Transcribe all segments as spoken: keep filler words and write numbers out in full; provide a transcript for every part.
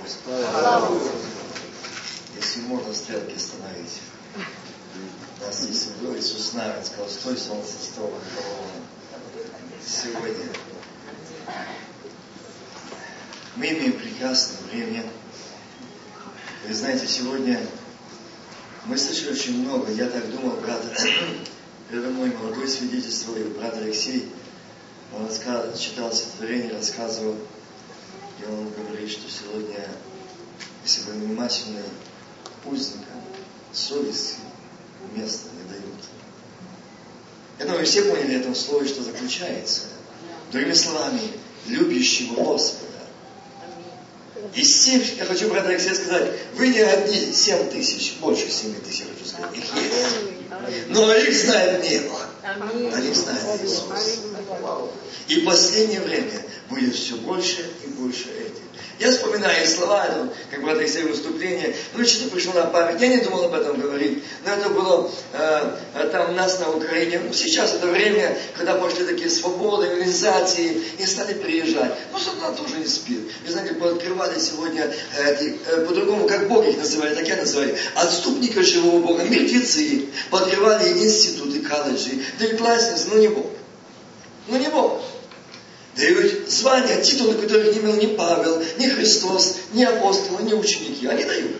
Христу. Если можно, стрелки остановить. Нас здесь был Иисус Навин, сказал, стой, солнце, стой, сегодня мы имеем прекрасное время. Вы знаете, сегодня мы слышали очень много. Я так думал, брат, передо мной молодой свидетельствовал, и брат Алексей, он рассказывал, читал стихотворение, рассказывал, и он говорит, что сегодня, если вы внимательны, узникам совести места не дают. Я думаю, все поняли в этом слове, что заключается. Другими словами, любящего Господа. И семь, я хочу, брат Алексей, сказать, вы не одни семь тысяч, больше семи тысяч, хочу сказать, их есть. Но их знает небо. А их знает Иисус. И в последнее время будет все больше и больше этих. Я вспоминаю слова, как брат Алексей выступление, ну что-то пришло на память, я не думал об этом говорить, но это было э, там у нас на Украине. Ну, сейчас это время, когда пошли такие свободы, организации, и стали приезжать. Ну, сатана тоже не спит. Вы знаете, пооткрывали сегодня, э, э, по-другому, как Бог их называли, так я называю, отступника живого Бога, мертвецы, пооткрывали институты, колледжи, девятиклассницы, ну не Бог. Ну не Бог. Дают звания, титулы, которых не имел ни Павел, ни Христос, ни апостолы, ни ученики. Они дают.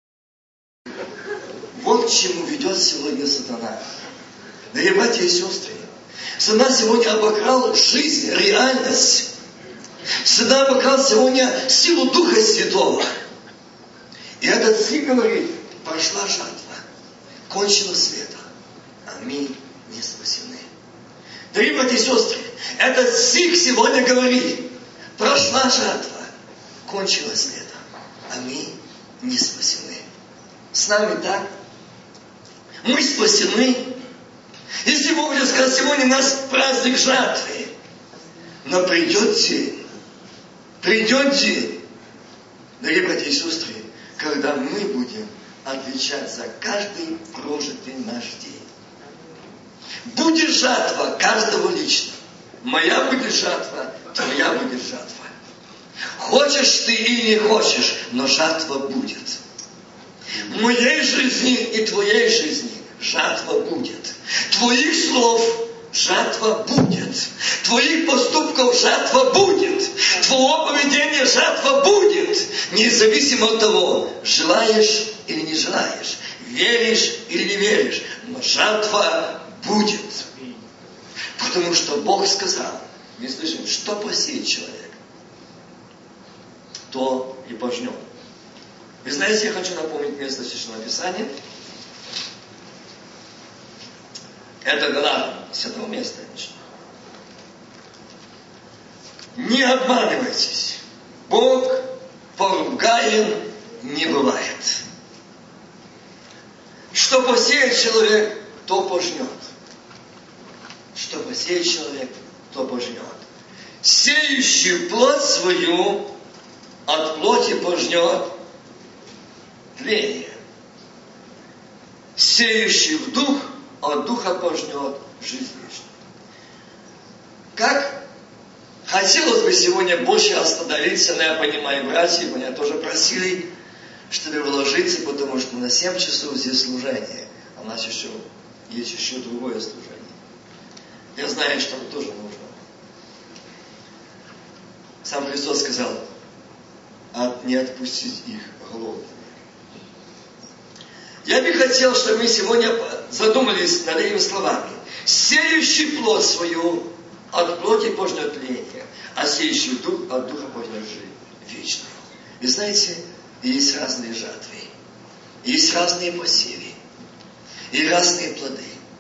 Вот к чему ведет сегодня сатана. Дорогие братья и сестры, сатана сегодня обокрал жизнь, реальность. Сатана обокрал сегодня силу Духа Святого. И этот стих говорит, прошла жатва, кончилось лето, а мы не спасены. Дорогие братья и сестры, этот стих сегодня говорит, прошла жатва, кончилось лето, а мы не спасены. С нами так? Мы спасены. Если Бог будет сказать, сегодня у нас праздник жатвы, но придет день, придет день, дорогие братья и сестры, когда мы будем отвечать за каждый прожитый наш день. Будет жатва каждого лично. Моя будет жатва, твоя будет жатва. Хочешь ты или не хочешь, но жатва будет. В моей жизни и твоей жизни жатва будет. Твоих слов жатва будет. Твоих поступков жатва будет. Твоего поведения жатва будет. Независимо от того, желаешь или не желаешь, веришь или не веришь, но жатва будет. Потому что Бог сказал, мы слышим, что посеет человек, то и пожнет. Вы знаете, я хочу напомнить место Священного Писания. Это Галатам, с этого места я начну. Не обманывайтесь. Бог поругаем не бывает. Что посеет человек, то пожнет. Что посеет человек, то пожнет. Сеющий плоть свою от плоти пожнет тление. Сеющий в дух от духа пожнет жизнь вечную. Как хотелось бы сегодня больше остановиться, но я понимаю, братья, меня тоже просили, чтобы вложиться, потому что на семь часов здесь служение, а у нас еще есть еще другое служение. Я знаю, что нам тоже нужно. Сам Христос сказал, от, не отпустить их голодными. Я бы хотел, чтобы мы сегодня задумались над этими словами. Сеющий плоть свою от плоти пожнет тление, а сеющий дух от духа пожнет жизнь вечную. И знаете, есть разные жатвы, есть разные посевы и разные плоды.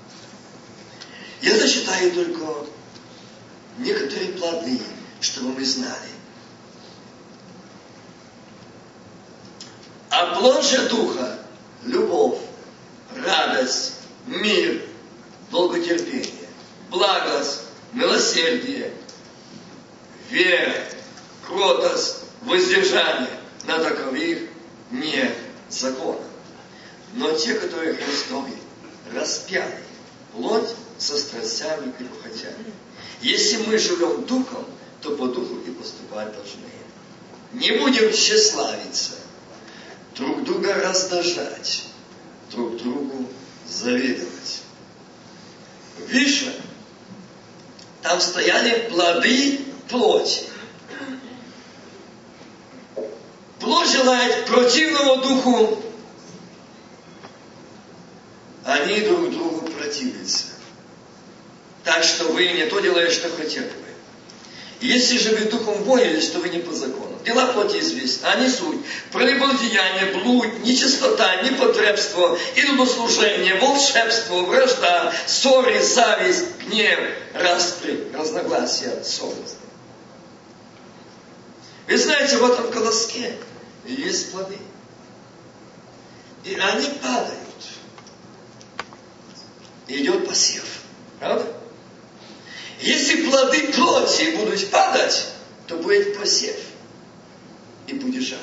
Я зачитаю только некоторые плоды, чтобы мы знали. А плод же духа – любовь, радость, мир, долготерпение, благость, милосердие, вера, кротость, воздержание. На таковых нет закона. Но те, которые Христовы, распяли плоть со страстями и похотями. Если мы живем духом, то по духу и поступать должны. Не будем тщеславиться, друг друга раздражать, друг другу завидовать. Видишь, там стояли плоды плоти. Плоть желает противному духу, они друг другу противятся. Так что вы не то делаете, что хотели бы. Если же вы духом боялись, то вы не по закону. Дела плоти известны, они суть: прелюбодеяние, блуд, нечистота, непотребство, идолослужение, волшебство, вражда, ссоры, зависть, гнев, распри, разногласия, совесть. Вы знаете, в этом колоске есть плоды. И они падают. И идет посев. Правда? Если плоды плоти будут падать, то будет посев. И будет жатва.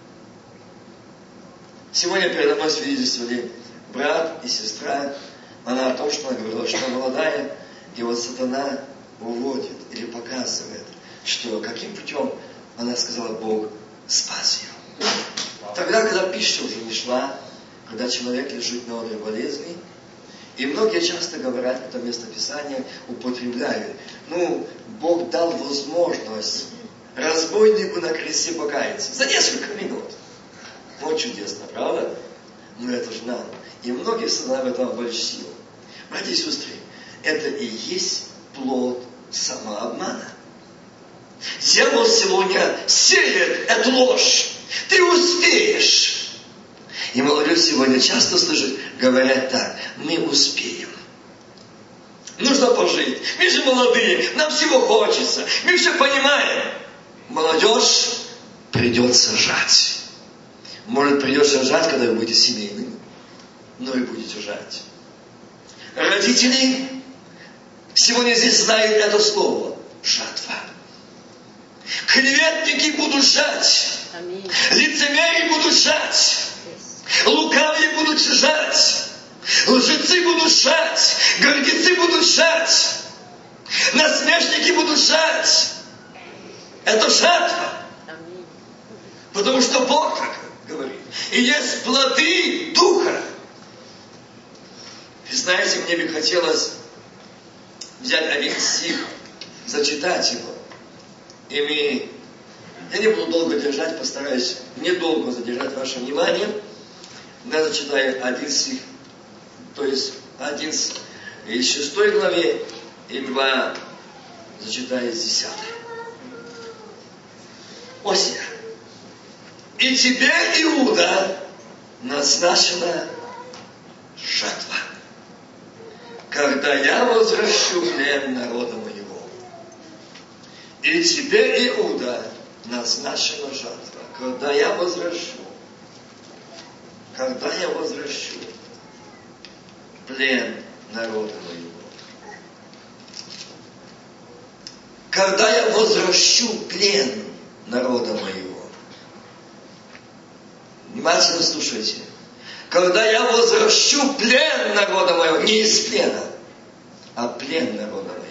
Сегодня передо мной свидетельствовали брат и сестра. Она о том, что она говорила, что она молодая, и вот сатана уводит или показывает, что каким путем, она сказала, Бог спас ее. Тогда, когда пища уже не шла, когда человек лежит на одной болезни, и многие часто говорят, это местописание употребляют. Ну, Бог дал возможность разбойнику на кресте покаяться за несколько минут. Вот чудесно, правда? Но это же нам. И многие сатана в этом обольстил. Братья и сестры, это и есть плод самообмана. Дьявол сегодня сеет эту ложь. Ты успеешь. И молодежь сегодня часто слышит, говорят так: мы успеем. Нужно пожить. Мы же молодые, нам всего хочется. Мы все понимаем. Молодежь придется жать. Может, придется жать, когда вы будете семейными, но и будете жать. Родители сегодня здесь знают это слово. Жатва. Клеветники будут жать. Лицемеры будут жать. Лукавые будут жать. Лжецы будут жать. Гордецы будут жать. Насмешники будут жать. Это жатва. Потому что Бог так говорит. И есть плоды Духа. И знаете, мне бы хотелось взять один стих, зачитать его. И мы... Я не буду долго держать, постараюсь недолго задержать ваше внимание. Я зачитаю один стих, то есть один из шестой главе, и два зачитаю из десятой. Осия. И тебе, Иуда, назначена жатва, когда я возвращу плен народа моего. И тебе, Иуда, назначена жатва, когда я возвращу, когда я возвращу плен народа моего. Когда я возвращу плен народа моего. Внимательно слушайте. Когда я возвращу плен народа моего, не из плена, а плен народа моего.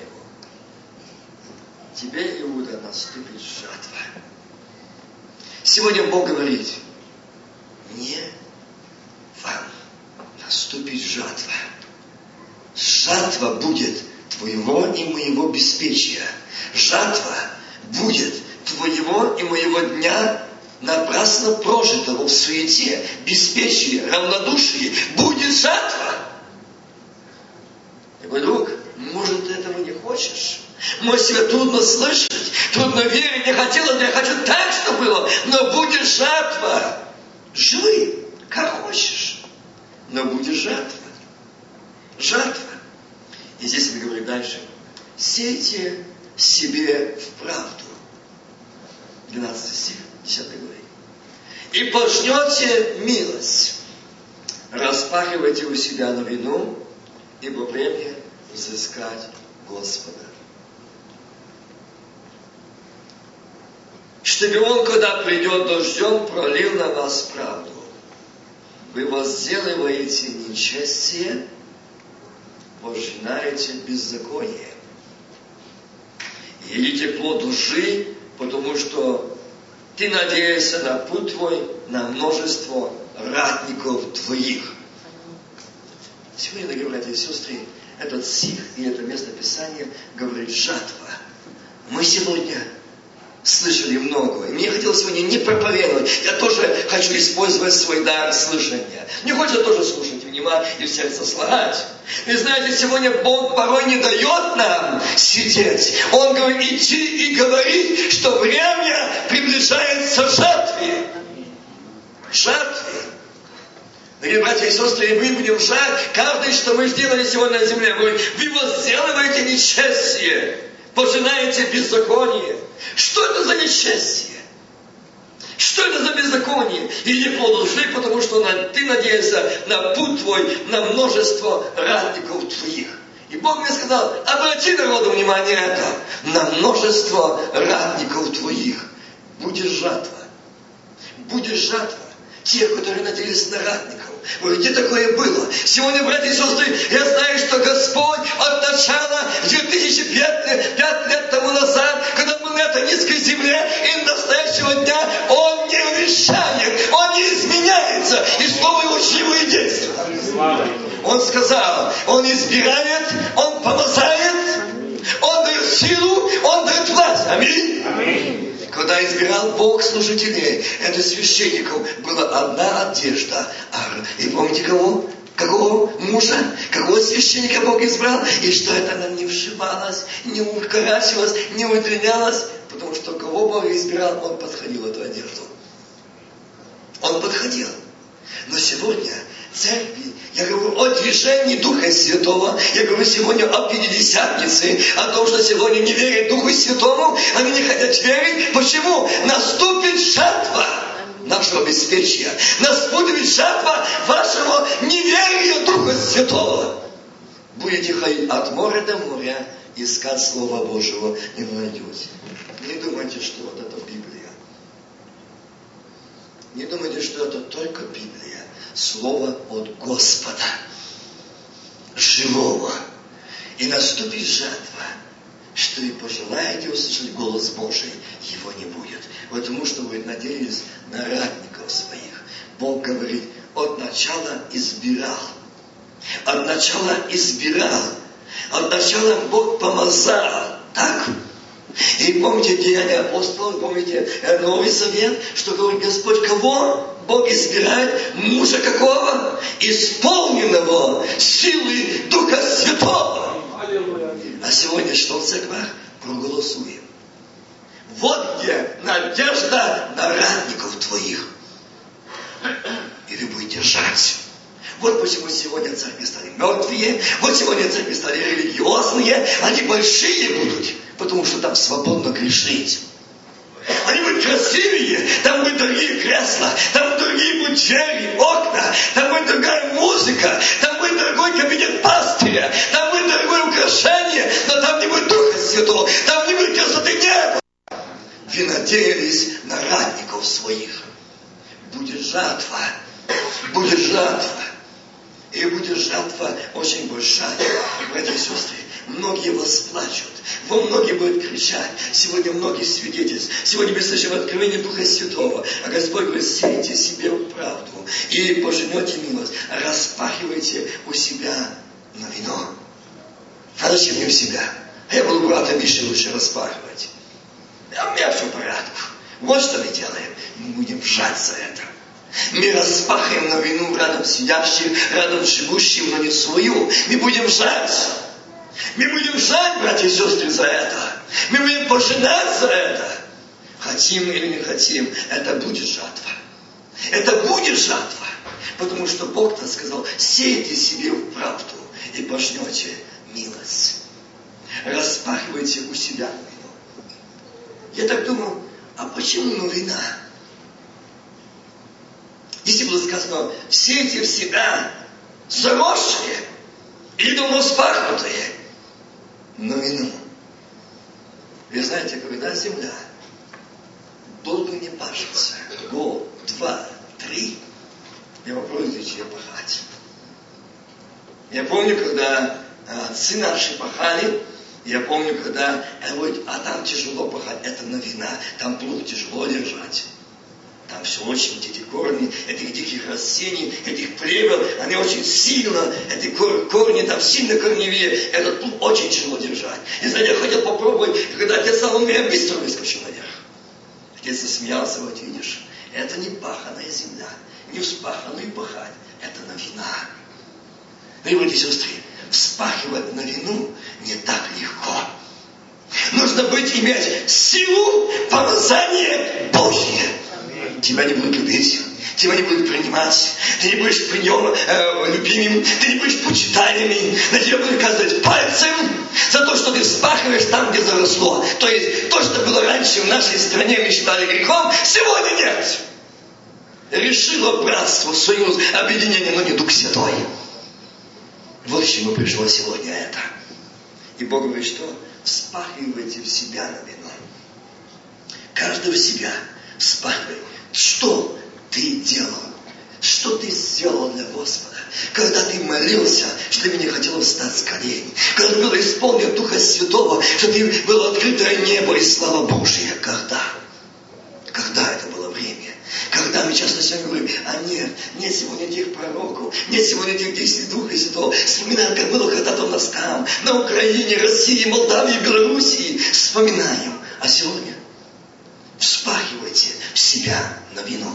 Тебе, Иуда, наступит жатва. Сегодня Бог говорит: не вам наступит жатва. Жатва будет твоего и моего беспечия. Жатва будет твоего и моего дня, напрасно прожитого в суете, беспечии, равнодушии. Будет жатва. И мой друг, может, ты этого не хочешь? Может, тебе трудно слышать, трудно верить, не хотелось, я хочу так, чтобы было, но будет жатва. Живи, как хочешь, но будет жатва. Жатва. И здесь он говорит дальше: сейте себе в правду. двенадцатый стих, десятой главы. И пожнете милость. Распахивайте у себя новину, ибо время взыскать Господа. Чтобы Он, когда придет дождем, пролил на вас правду. Вы возделываете нечестие, пожинаете беззаконие. Едите плод лжи, потому что ты надеешься на путь твой, на множество ратников твоих. Сегодня, дорогие братья и сестры, этот стих и это место Писания говорит жатва. Мы сегодня слышали многое. Мне хотелось сегодня не проповедовать. Я тоже хочу использовать свой дар слышания. Мне хочется тоже слушать внимательно и в сердце слагать. И знаете, сегодня Бог порой не дает нам сидеть. Он говорит, иди и говори, что время приближается жатве. Жатве. Дорогие братья и сестры, и мы будем жать каждый, что мы сделали сегодня на земле. Вы возделываете нечестие, пожинаете беззаконие. Что это за нечестие? Что это за беззаконие? И не плод лжи, потому что ты надеешься на путь твой, на множество ратников твоих. И Бог мне сказал, обрати народу внимание это, на множество ратников твоих. Будет жатва. Будет жатва. Тех, которые надеялись на ратников. Ой, где такое было? Сегодня, братья и сестры, я знаю, что Господь от начала две тысячи пять лет тому назад, когда был на этой низкой земле, и до настоящего дня Он не увещает, Он не изменяется, и слово Его живо и действует. Он сказал, Он избирает, Он помазает, Он дает силу, Он дает власть. Аминь. Аминь. Когда избирал Бог служителей, это священников, была одна одежда. И помните кого? Какого мужа? Какого священника Бог избрал? И что это она не вшивалась, не укорачивалась, не удлинялась? Потому что кого Бог избирал, он подходил эту одежду. Он подходил. Но сегодня церкви, я говорю о движении Духа Святого, я говорю сегодня о Пятидесятнице, о том, что сегодня не верят Духу Святому, они не хотят верить. Почему? Наступит жатва нашего беспечия. Наступит жатва вашего неверия Духа Святого. Будете ходить от моря до моря, искать Слова Божьего, не найдете. Не думайте, что вот это Библия. Не думайте, что это только Библия. Слово от Господа, живого. И наступит жатва, что и пожелаете услышать голос Божий, его не будет. Потому что вы надеялись на ратников своих. Бог говорит, от начала избирал. От начала избирал. От начала Бог помазал. Так? И помните Деяния апостолов, помните Новый Завет, что говорит Господь, кого Бог избирает? Мужа какого? Исполненного силы Духа Святого. А сегодня что в церквах? Проголосуем. Вот где надежда на ратников твоих. И вы будете жать. Вот почему сегодня церкви стали мертвые, вот сегодня церкви стали религиозные, они большие будут, потому что там свободно грешить. Они будут красивее, там будут другие кресла, там другие будут двери, окна, там будет другая музыка, там будет другой кабинет пастыря, там будет другое украшение, но там не будет Духа Святого, там не будет красоты неба. Вы надеялись на ратников своих. Будет жатва, будет жатва. И будет жатва очень большая. Братья и сестры, многие вас плачут. Во многие будут кричать. Сегодня многие свидетельств. Сегодня мы слышим откровение Духа Святого. А Господь говорит, сейте себе в правду. И пожнете милость. Распахивайте у себя на вино. А зачем мне у себя? А я буду брата Миши лучше распахивать. А у меня все в порядке. Вот что мы делаем. Мы будем жать за это. Мы распахаем на вину рядом сидящих, рядом живущим, но не свою. Мы будем жать. Мы будем жать, братья и сестры, за это. Мы будем пожинать за это. Хотим или не хотим, это будет жатва. Это будет жатва. Потому что Бог-то сказал, сейте себе в правду и пожнете милость. Распахивайте у себя вино. Я так думаю, а почему вина? Если было сказано, сейте в себя заросшие или давно спахнутые, но вино. Вы знаете, когда земля долго не пашется, год, два, три, я попробуйте ее пахать. Я помню, когда отцы наши пахали, Я помню, когда, а там тяжело пахать, это новина, там плуг тяжело держать. Там все очень, эти корни, этих диких растений, этих плевел, они очень сильно, эти корни там сильно корневее, этот плуг очень тяжело держать. И знаете, я хотел попробовать, когда отец сказал, он меня быстро выскочил наверх. Отец засмеялся, вот видишь, это не паханая земля, не вспаханную пахать, это новина. Дорогие сестры, вспахивать новину не так легко. Нужно быть, иметь силу помазания Божье. Тебя не будут любить, тебя не будут принимать, ты не будешь при нем э, любимым, ты не будешь почитаемым, на тебя будут указывать пальцем за то, что ты вспахиваешь там, где заросло. То есть то, что было раньше в нашей стране, мы считали грехом, сегодня нет. Решило братство, союз, объединение, но не Дух Святой. Вот к чему пришло сегодня это. И Бог говорит, что вспахивайте в себя на вино. Каждый в себя вспахивай. Что ты делал? Что ты сделал для Господа? Когда ты молился, что ты не хотел встать с коленей. Когда ты был исполнен Духа Святого, что ты было открытое небо и слава Божья. Когда? Когда это было время? Когда мы часто сегодня говорим, а нет, нет сегодня тех пророков, нет сегодня тех действий Духа Святого. Вспоминаем, как было когда-то у нас там, на Украине, России, Молдавии, Белоруссии. Вспоминаем. А сегодня вспахивайте в себя на вино.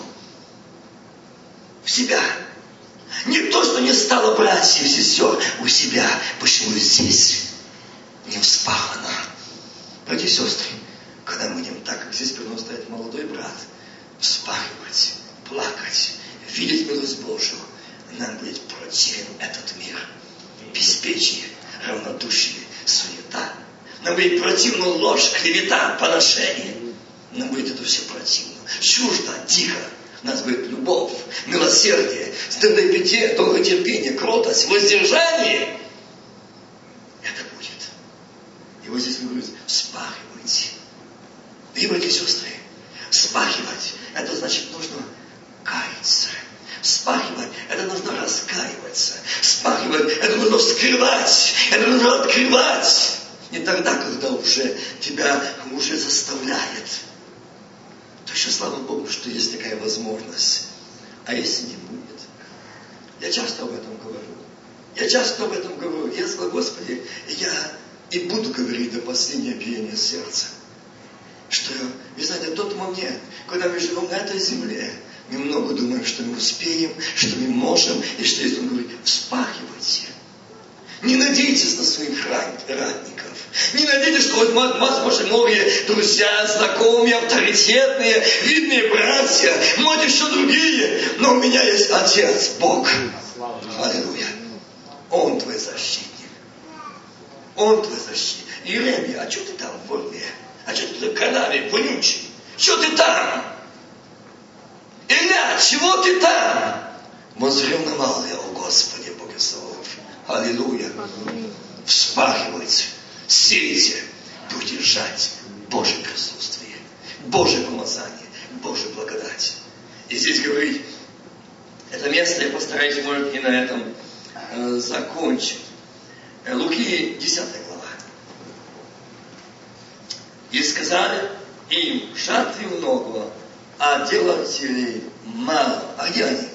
В себя. Не то, что не стало братьев и сестер, у себя. Почему здесь не вспахано? Братья и сестры, когда мы будем так, как здесь перед нами стоит молодой брат, вспахивать, плакать, видеть милость Божию, нам будет противен этот мир. Беспечие, равнодушие, суета. Нам будет противна ложь, клевета, поношение. Нам будет это все противно. Чуждо, дико. У нас будет любовь, милосердие, стыдное долготерпение, кротость, воздержание. Это будет. И вот здесь мы говорим, вспахивайте. И, братья и сестры, вспахивать, это значит нужно каяться. Вспахивать, это нужно раскаиваться. Вспахивать, это нужно вскрывать, это нужно открывать. Не тогда, когда уже тебя уже заставляет. То еще слава Богу, что есть такая возможность. А если не будет? Я часто об этом говорю. Я часто об этом говорю. Я сказал, Господи, я и буду говорить до последнего биения сердца. Что, вы знаете, тот момент, когда мы живем на этой земле, мы много думаем, что мы успеем, что мы можем, и что если Он говорит, вспахивайте. Не надейтесь на своих ратников. Не надейтесь, что вот возможно, многие друзья, знакомые, авторитетные, видные братья, может еще другие, но у меня есть Отец, Бог. Аллилуйя. Он твой защитник. Он твой защитник. Иеремия, а что ты там в Орле? А что ты в канаве вонючий? Что ты там? Илья, чего ты там? Возревновал я, о Господи, Боге Саваоф. Аллилуйя. Вспахивайте, сейте, будете жать Божье присутствие, Божье помазание, Божья благодать. И здесь говорит, это место я постараюсь, может, и на этом э, закончить. Луки, десятая глава. И сказали им, жатвы много, а делателей мало. А где они?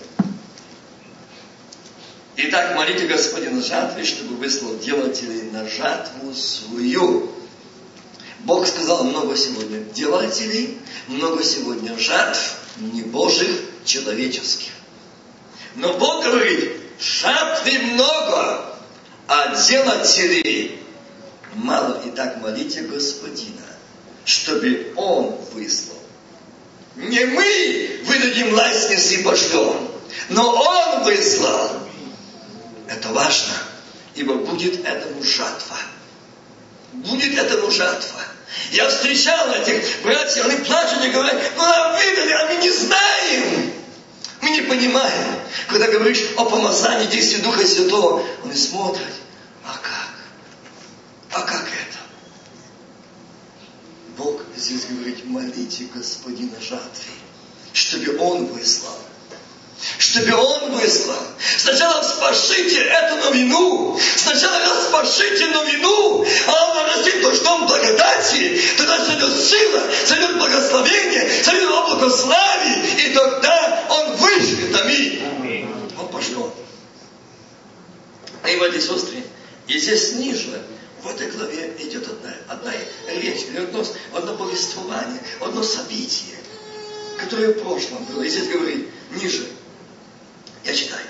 Итак, молите Господина жатвы, чтобы выслал делателей на жатву свою. Бог сказал много сегодня делателей, много сегодня жатв, не Божьих, человеческих. Но Бог говорит, жатвы много, а делателей мало. Итак, молите Господина, чтобы Он выслал. Не мы выдадим лестницы и пошлем, но Он выслал. Это важно, ибо будет этому жатва. Будет этому жатва. Я встречал этих братьев, они плачут и говорят, ну нам выдали, а мы не знаем. Мы не понимаем. Когда говоришь о помазании, действии Духа Святого, они смотрят, а как? А как это? Бог здесь говорит, молите Господина жатвы, чтобы Он выслал. чтобы Он выслал. Сначала вспашите эту новину. Сначала распашите новину, а она растет дождем благодати. Тогда сойдет сила, сойдет благословение, сойдет облако славы, и тогда Он вышлет. Аминь. Он пошлет. И, братья и сестры, и здесь ниже, в этой главе идет одна, одна речь, одно, одно повествование, одно событие, которое в прошлом было. И здесь говорит, ниже, я читаю.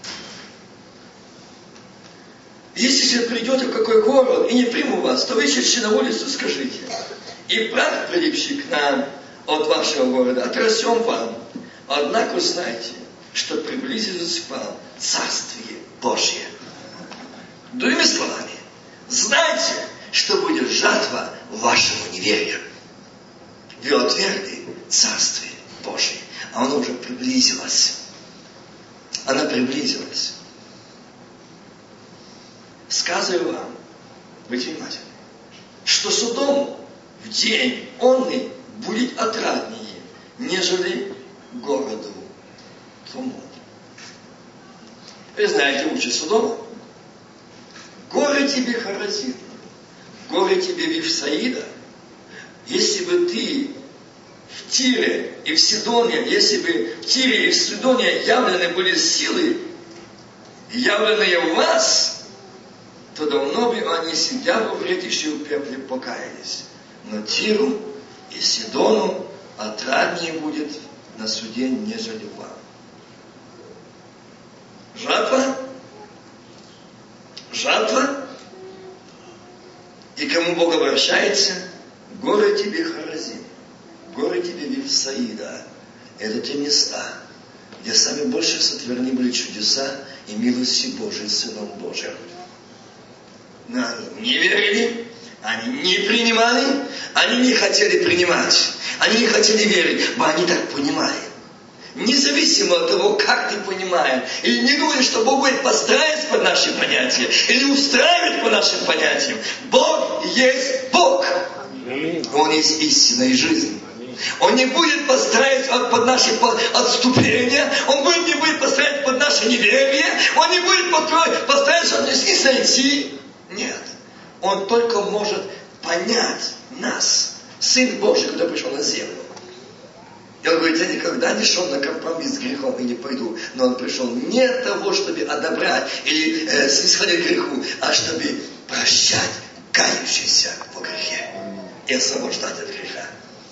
Если же придете в какой город и не приму вас, то вышедши на улицу, скажите, и прах, прилипший к нам от вашего города, отрасем вам. Однако знайте, что приблизилось к вам Царствие Божье. Другими словами, знайте, что будет жатва вашего неверия. Вы отвергли Царствие Божие, а оно уже приблизилось. Она приблизилась. Сказываю вам, будьте внимательны, что Содом в день онный будет отраднее, нежели городу тому. Вы знаете участь Содома? Горе тебе, Хоразин, горе тебе, Вифсаида, если бы ты в Тире и в Сидоне, если бы в Тире и в Сидоне явлены были силы, явленные в вас, то давно бы они, сидя во вретище в пепле, покаялись. Но Тиру и Сидону отраднее будет на суде, нежели вам. Жатва? Жатва? И кому Бог обращается? Горе тебе, Хоразин, горе тебе, Вифсаида. Это те места, где сами больше сотворены были чудеса и милости Божией Сыном Божьим. Но они не верили, они не принимали, они не хотели принимать, они не хотели верить, но они так понимали. Независимо от того, как ты понимаешь, или не думай, что Бог будет подстраивать под наши понятия, или устраивать по нашим понятиям. Бог есть Бог. Он есть истинная жизнь. Он не будет подстраивать под наши отступления, Он будет, не будет подстраивать под наше неверие, Он не будет подстраивать, чтобы не сойти. Нет. Он только может понять нас. Сын Божий, когда пришел на землю. И он говорит, я никогда не шел на компромисс с грехом и не пойду. Но он пришел не для того, чтобы одобрять или э, снисходить к греху, а чтобы прощать кающихся во грехе и освобождать от греха.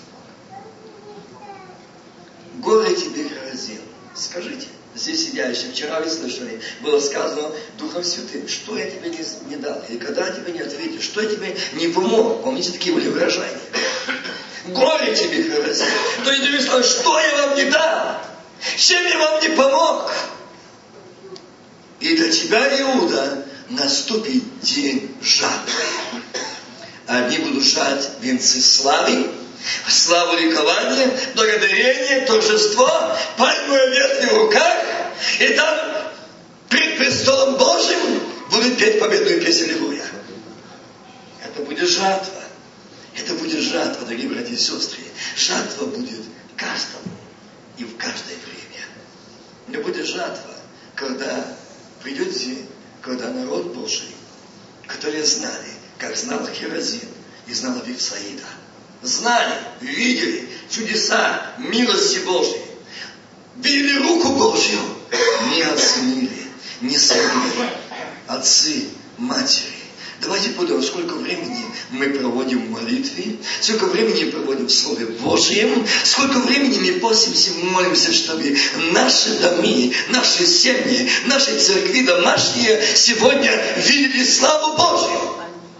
Горе тебе, Хоразин. Скажите, здесь сидящие, вчера вы слышали, было сказано Духом Святым, что я тебе не, не дал, и когда я тебе не ответил, что я тебе не помог. Помните, такие были выражения. Горе тебе, Хоразин. То есть, другими словами, что я вам не дал? Чем я вам не помог? И для тебя, Иуда, наступит день жатвы. Одни будут жать венцы славы, славу ликования, благодарение, торжество, пальмовая ветвь в руках, и там пред престолом Божьим будут петь победную песню Аллилуйя. Это будет жатва. Это будет жатва, дорогие братья и сестры. Жатва будет каждому и в каждое время. Но будет жатва, когда придет день, когда народ Божий, которые знали, как знал Хоразин и знала Вифсаида, знали, видели чудеса милости Божьей, видели руку Божью, не оценили, не согрели. Отцы, матери, давайте подумаем, сколько времени мы проводим в молитве, сколько времени проводим в Слове Божьем, сколько времени мы постимся, молимся, чтобы наши дома, наши семьи, наши церкви домашние сегодня видели славу Божью.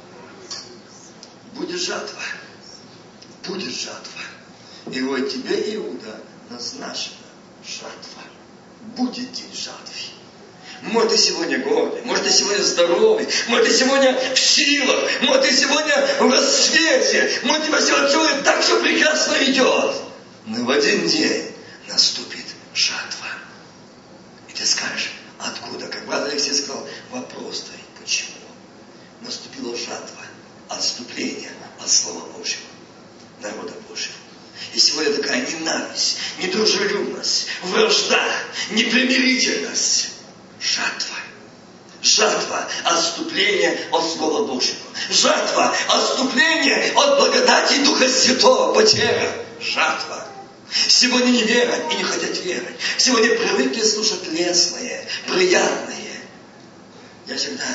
Будет жатва. Будет жатва. И вот тебе, Иуда, назначена жатва. Будет день жатвы. Может, ты сегодня гордый, может, ты сегодня здоровый, может, ты сегодня в силах, может, ты сегодня в рассвете, может, тебя сегодня так все прекрасно идет. Но в один день наступит жатва. И ты скажешь, откуда? Как брат Алексей сказал, вопрос стоит, почему? Наступила жатва, отступление от Слова Божьего, народа Божьего. И сегодня такая ненависть, недружелюбность, ревность, вражда, непримирительность. Жатва. Жатва отступления от Слова Божьего. Жатва отступления от благодати Духа Святого. Потеря. Жатва. Сегодня не верят и не хотят верить. Сегодня привыкли слушать лестное, приятное. Я всегда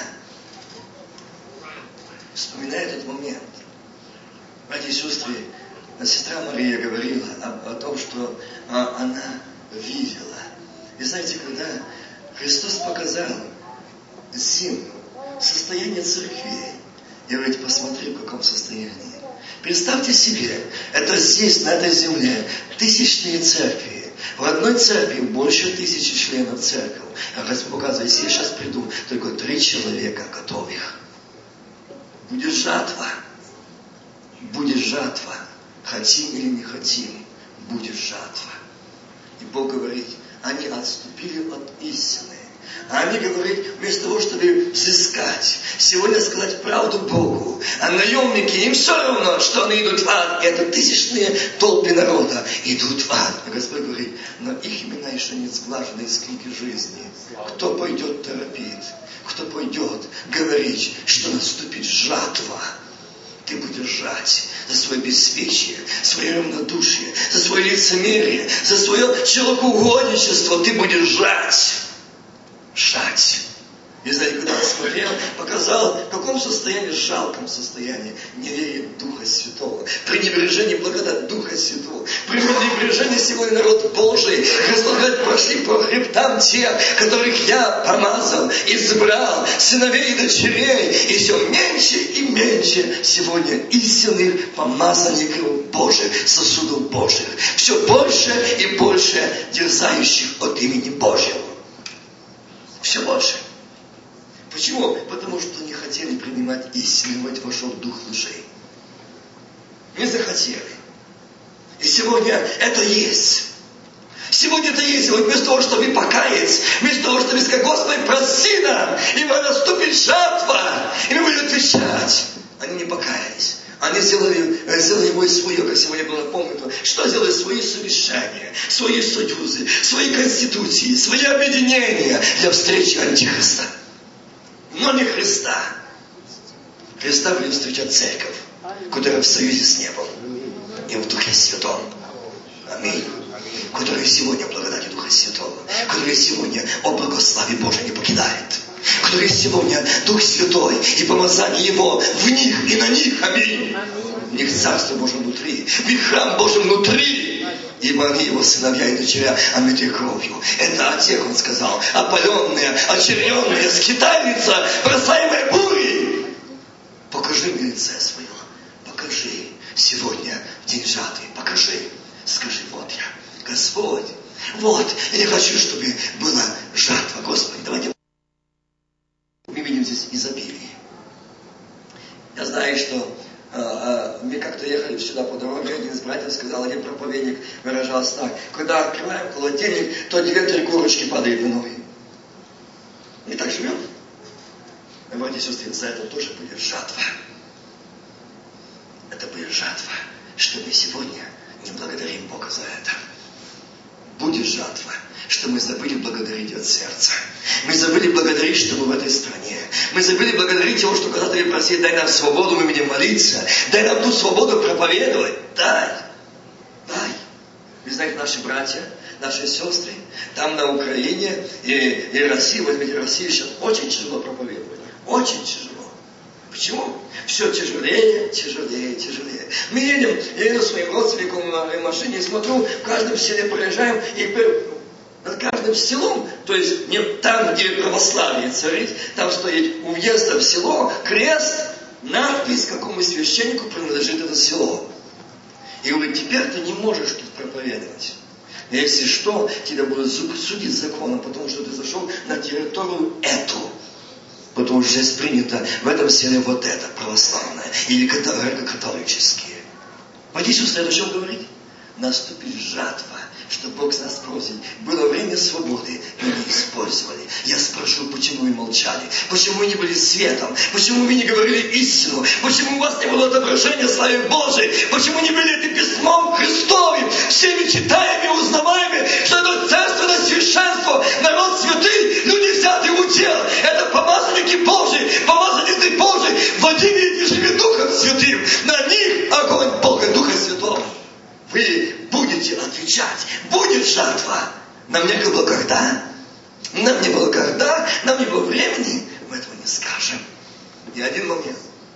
вспоминаю этот момент. Братья и сестры, сестра Мария говорила о, о том, что а, она видела. И знаете, когда Христос показал землю, состояние церкви, и говорит, посмотри, в каком состоянии. Представьте себе, это здесь, на этой земле, тысячные церкви. В одной церкви больше тысячи членов церкви. А Господь показывает, если я сейчас приду, только три человека готовых. Будет жатва. Будет жатва. Хотим или не хотим, будет жатва. И Бог говорит, они отступили от истины. А они говорят, вместо того, чтобы взыскать, сегодня сказать правду Богу, а наемники, им все равно, что они идут в ад. Это тысячные толпы народа идут в ад. И Господь говорит, но их имена еще не сглажены из книги жизни. Кто пойдет торопить, кто пойдет говорить, что наступит жатва, ты будешь жать за свое беспечие, свое равнодушие, за свое лицемерие, за свое человекоугодничество. Ты будешь жать. Жать. И знаете, когда он смотрел, показал, в каком состоянии, жалком состоянии неверие Духа Святого, пренебрежение благодати Духа Святого, пренебрежение сегодня народ Божий. Христос говорит, прошли по хребтам тех, которых я помазал, избрал, сыновей и дочерей, и все меньше и меньше сегодня истинных помазанников Божьих, сосудов Божьих. Все больше и больше дерзающих от имени Божьего. Все больше. Почему? Потому что не хотели принимать истину, вот вошел дух лжи. Не захотели. И сегодня это есть. Сегодня это есть. И вот вместо того, чтобы покаяться, вместо того, чтобы сказать, Господи, прости нам, и наступит жатва, и мы будем отвечать. Они не покаялись. Они сделали, сделали его и свое, как сегодня было напомнено. Что сделали? Свои совещания, свои союзы, свои конституции, свои объединения для встречи Антихриста. Но не Христа. Христа будем встречать церковь, которая в союзе с небом и в Духе Святом. Аминь. Которая сегодня в благодати Духа Святого, которая сегодня о благослове Божьей не покидает. Который сегодня Дух Святой и помазание Его в них и на них. Аминь. В них Царство Божие внутри. В них храм Божий внутри. Ибо они Его сыновья и дочеря, омыты кровью. Это о тех, Он сказал, опаленные, очерненные, скитальница, бросаемые бурей. Покажи мне лице свое. Покажи сегодня в день жатвы. Покажи. Скажи, вот я, Господь. Вот. Я не хочу, чтобы была жатва. Господи, давайте. Мы видим здесь изобилие. Я знаю, что э, э, мы как-то ехали сюда по дороге, один из братьев сказал, один проповедник выражался так, когда открываем холодильник, то две-три курочки падают на ноги. Мы так живем. И, братья и сестры, за это тоже будет жатва. Это будет жатва, что мы сегодня не благодарим Бога за это. Будет жатва, что мы забыли благодарить от сердца. Мы забыли благодарить, что мы в этой стране. Мы забыли благодарить Его, что когда-то мы просили, дай нам свободу, мы будем молиться. Дай нам ту свободу проповедовать. Дай. Дай. Вы знаете, наши братья, наши сестры, там на Украине и, и России, возьмите Россию, сейчас очень тяжело проповедовать. Очень тяжело. Почему? Все тяжелее, тяжелее, тяжелее. Мы едем, я еду своим родственником в машине и смотрю, в каждом селе проезжаем, и над каждым селом, то есть не там, где православие царит, там стоит у въезда в село крест, надпись, какому священнику принадлежит это село. И говорит, теперь ты не можешь тут проповедовать. Если что, тебя будут судить законом, потому что ты зашел на территорию эту. Потому что здесь принято в этом селе вот это, православное, или греко-католические. Пойдите, сюда, о чем говорить? Наступит жатва, что Бог с нас просит. Было время свободы, но не использовали. Я спрошу, почему вы молчали? Почему вы не были светом? Почему вы не говорили истину? Почему у вас не было отображения славы Божией? Почему не были этим письмом Христовым, всеми читаемыми, узнаваемыми, что это царственное священство, народ святый, люди взятые в удел. Это помазанники Божьи, помазанники Божьи, Владимир и живи Духом Святым. На них огонь Бога, Духа Святого. Вы будете отвечать. Будет жатва. Нам не было когда. Нам не было когда. Нам не было времени. Мы этого не скажем. И один момент.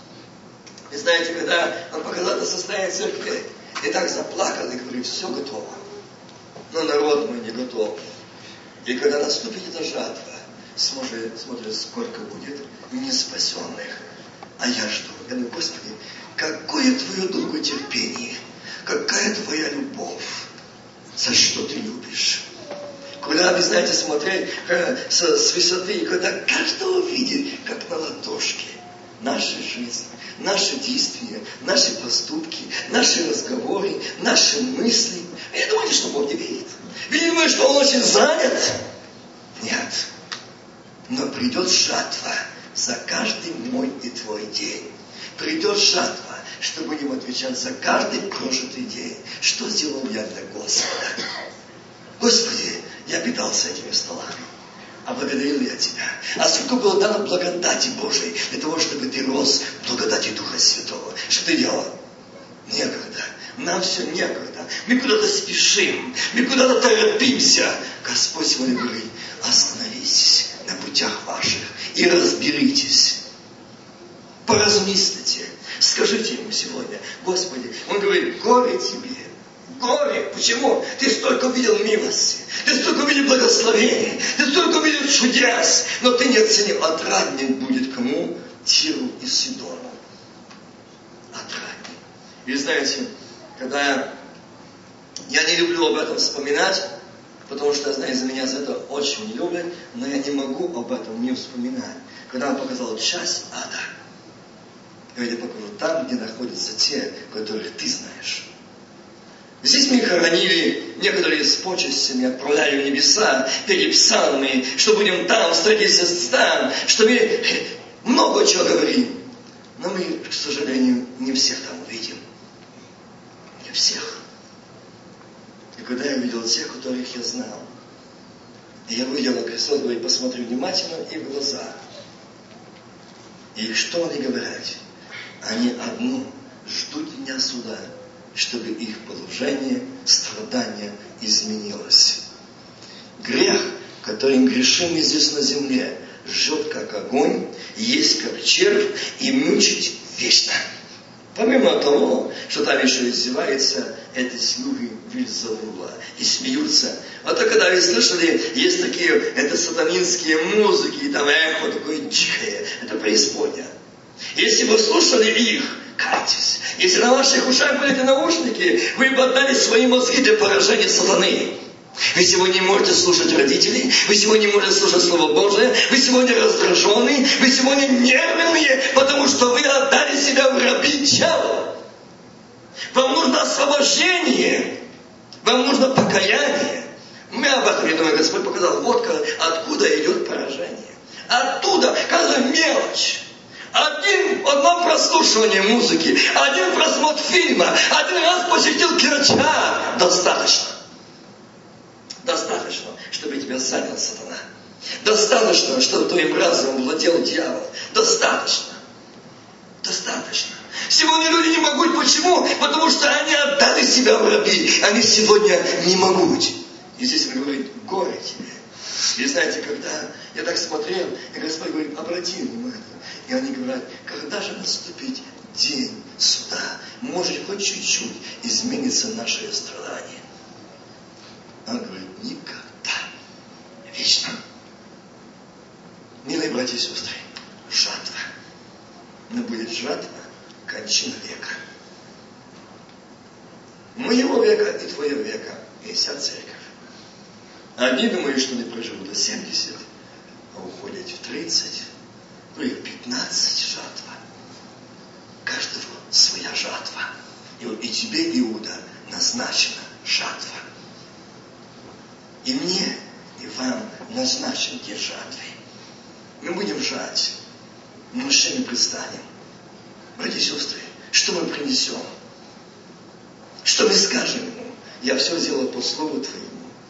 И знаете, когда он показал это состояние церкви, и так заплакал, и говорит, все готово. Но народ мой не готов. И когда наступит эта жатва, смотрит, смотрит, сколько будет неспасенных. А я жду. Я думаю, Господи, какое Твое долготерпение, какая Твоя любовь, за что Ты любишь. Когда, вы знаете, смотреть с, с высоты, и когда каждого видит, как на ладошке, наша жизнь, наши действия, наши поступки, наши разговоры, наши мысли. Вы не думаете, что Бог не видит? Вы не думаете, что Он очень занят? Нет. Но придет жатва за каждый мой и твой день. Придет жатва, что будем отвечать за каждый прожитый день. Что сделал я для Господа? Господи, я питался этими столами. А благодарил я Тебя. А сколько было дано благодати Божией для того, чтобы Ты рос в благодати Духа Святого. Что Ты делал? Некогда. Нам все некогда. Мы куда-то спешим. Мы куда-то торопимся. Господь сегодня говорит, остановитесь на путях ваших и разберитесь. Поразмыслите. Скажите Ему сегодня, Господи, Он говорит, горе тебе. Горе. Почему? Ты столько увидел милости. Ты столько увидел благословения. Ты столько увидел чудес. Но ты не оценил. Отраднее будет кому? Тиру и Сидону. Отраднее. И знаете, когда я не люблю об этом вспоминать, потому что, знаете, за меня за это очень не любят, но я не могу об этом не вспоминать. Когда Он показал часть ада, я тебе покажу там, где находятся те, которых ты знаешь. Здесь мы хоронили некоторые с почестями, отправляли в небеса, пели псалмы, что будем там встретиться там, что мы много чего говорим. Но мы, к сожалению, не всех там увидим. Не всех. И когда я увидел тех, которых я знал, и я увидел, как Христос говорит, посмотри внимательно и в глаза. И что они говорят? Они одно ждут дня суда, чтобы их положение, страдание изменилось. Грех, которым грешим мы здесь на земле, жжет как огонь, есть как червь и мучить вечно. Помимо того, что там еще издеваются эти слуги Вельзевула и смеются. Вот то, когда вы слышали, есть такие, это сатанинские музыки, и там эхо такое дикое, это преисподня. Если вы слушали их, кайтесь. Если на ваших ушах были эти наушники, вы бы отдали свои мозги для поражения сатаны. Вы сегодня не можете слушать родителей, вы сегодня не можете слушать Слово Божие, вы сегодня раздраженные, вы сегодня нервные, потому что вы отдали себя в раби дьяволу. Вам нужно освобождение, вам нужно покаяние. Мы об этом, я думаю, Господь показал, вот откуда идет поражение. Оттуда, каждая мелочь. Один, одно прослушивание музыки, один просмотр фильма, один раз посетил кинотеатр. Достаточно. Достаточно, чтобы тебя занял сатана. Достаточно, чтобы твоим разумом владел дьявол. Достаточно. Достаточно. Сегодня люди не могут. Почему? Потому что они отдали себя в раби. Они сегодня не могут. И здесь он говорит, горе тебе. И знаете, когда я так смотрел, и Господь говорит, обрати внимание. И они говорят, когда же наступит день суда? Может, хоть чуть-чуть изменится наше страдание. Он говорит, никогда. Вечно. Милые братья и сестры, жатва. Но будет жатва кончина века. Моего века и твоего века и вся церковь. Одни думают, что они проживут до семидесяти, а уходят в тридцать, ну и в пятнадцать жатва. Каждого своя жатва. И вот и тебе, Иуда, назначена жатва. И мне, и вам назначен день жатвы. Мы будем жать, мы машины предстанем. Братья и сестры, что мы принесем? Что мы скажем ему? Я все сделал по слову Твоему.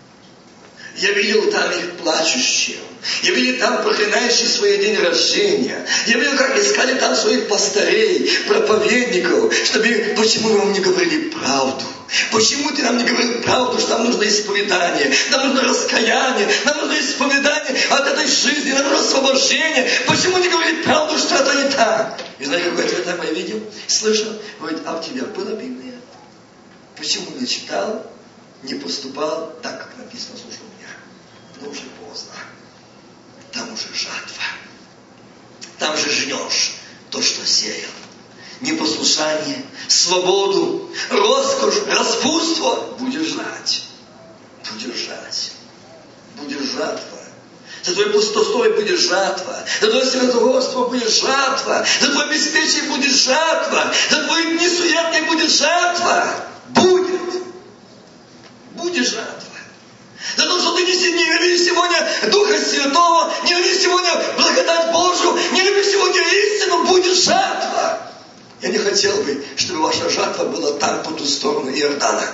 Я видел там их плачущим. Я видел там проклинающие свой день рождения. Я видел, как искали там своих пастырей, проповедников, чтобы, почему вы нам не говорили правду? Почему ты нам не говорил правду, что нам нужно исповедание, нам нужно раскаяние, нам нужно исповедание от этой жизни, нам нужно освобождение. Почему не говорили правду, что это не так? И знаете, какой ответ там я видел, слышал? Говорит, а у тебя была Библия? Почему не читал, не поступал так, как написано, слушай меня? Но уже поздно. Там уже жатва. Там же жнешь то, что сеял. Непослушание, свободу, роскошь, распутство. Будешь жать. Будешь жать. Будешь жатва. За твое пустословие будет жатва. За твое святогорство будет жатва. За твое беспечие будет жатва. За твои дни суетные будет жатва. Будет. Будет жатва. За то, что ты не, не любишь сегодня Духа Святого, не любишь сегодня благодать Божию, не любишь сегодня истину, будет жатва. Я не хотел бы, чтобы ваша жатва была там, по ту сторону Иордана.